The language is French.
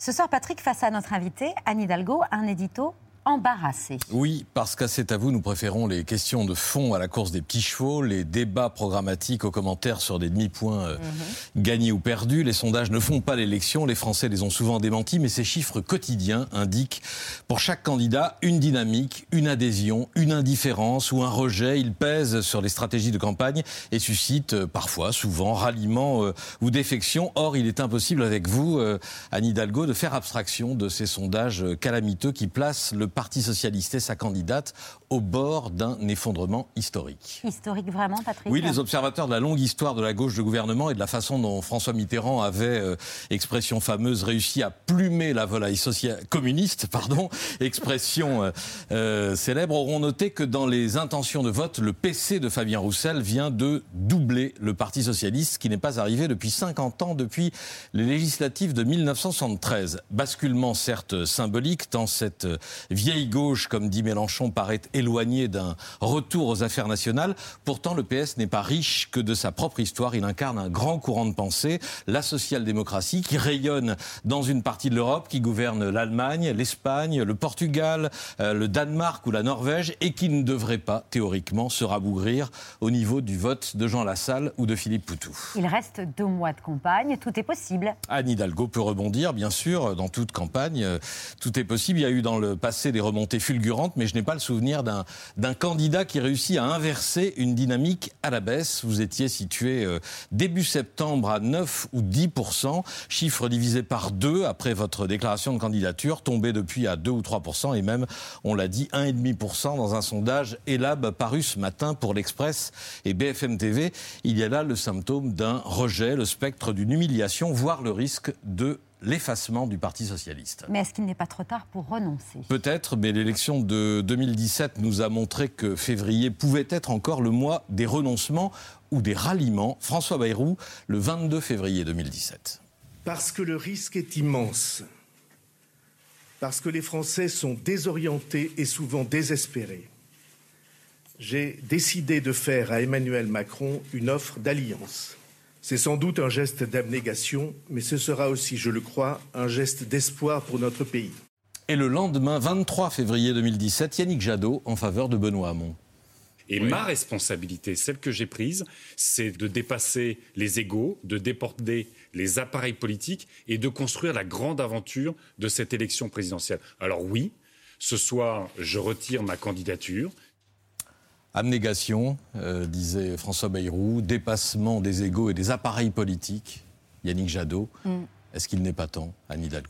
Ce soir, Patrick, face à notre invité, Anne Hidalgo, un édito embarrassé. Oui, parce qu'à C'est à vous, nous préférons les questions de fond à la course des petits chevaux, les débats programmatiques aux commentaires sur des demi-points gagnés ou perdus. Les sondages ne font pas l'élection, les Français les ont souvent démentis, mais ces chiffres quotidiens indiquent pour chaque candidat une dynamique, une adhésion, une indifférence ou un rejet. Ils pèsent sur les stratégies de campagne et suscitent parfois, souvent, ralliement ou défection. Or, il est impossible avec vous, Anne Hidalgo, de faire abstraction de ces sondages calamiteux qui placent le Parti socialiste et sa candidate au bord d'un effondrement historique. Historique vraiment, Patrick ? Oui, les observateurs de la longue histoire de la gauche de gouvernement et de la façon dont François Mitterrand avait, expression fameuse, réussi à plumer la volaille communiste, expression célèbre, auront noté que dans les intentions de vote, le PC de Fabien Roussel vient de doubler le Parti socialiste, qui n'est pas arrivé depuis 50 ans, depuis les législatives de 1973. Basculement certes symbolique, tant cette vieille gauche, comme dit Mélenchon, paraît éloignée d'un retour aux affaires nationales. Pourtant, le PS n'est pas riche que de sa propre histoire. Il incarne un grand courant de pensée, la social-démocratie, qui rayonne dans une partie de l'Europe, qui gouverne l'Allemagne, l'Espagne, le Portugal, le Danemark ou la Norvège, et qui ne devrait pas, théoriquement, se rabougrir au niveau du vote de Jean Lassalle ou de Philippe Poutou. Il reste 2 mois de campagne, tout est possible. Anne Hidalgo peut rebondir, bien sûr, dans toute campagne. Tout est possible. Il y a eu dans le passé des remontées fulgurantes, mais je n'ai pas le souvenir d'un candidat qui réussit à inverser une dynamique à la baisse. Vous étiez situé début septembre à 9 ou 10%, chiffre divisé par 2 après votre déclaration de candidature, tombé depuis à 2 ou 3%, et même, on l'a dit, 1,5% dans un sondage Elab paru ce matin pour l'Express et BFM TV. Il y a là le symptôme d'un rejet, le spectre d'une humiliation, voire le risque de l'effacement du Parti socialiste. Mais est-ce qu'il n'est pas trop tard pour renoncer ? Peut-être, mais l'élection de 2017 nous a montré que février pouvait être encore le mois des renoncements ou des ralliements. François Bayrou, le 22 février 2017. Parce que le risque est immense. Parce que les Français sont désorientés et souvent désespérés. J'ai décidé de faire à Emmanuel Macron une offre d'alliance. C'est sans doute un geste d'abnégation, mais ce sera aussi, je le crois, un geste d'espoir pour notre pays. Et le lendemain, 23 février 2017, Yannick Jadot en faveur de Benoît Hamon. Et ma responsabilité, celle que j'ai prise, c'est de dépasser les égos, de déporter les appareils politiques et de construire la grande aventure de cette élection présidentielle. Alors oui, ce soir, je retire ma candidature. Abnégation, disait François Bayrou, dépassement des égos et des appareils politiques, Yannick Jadot. Est-ce qu'il n'est pas temps, Anne Hidalgo ?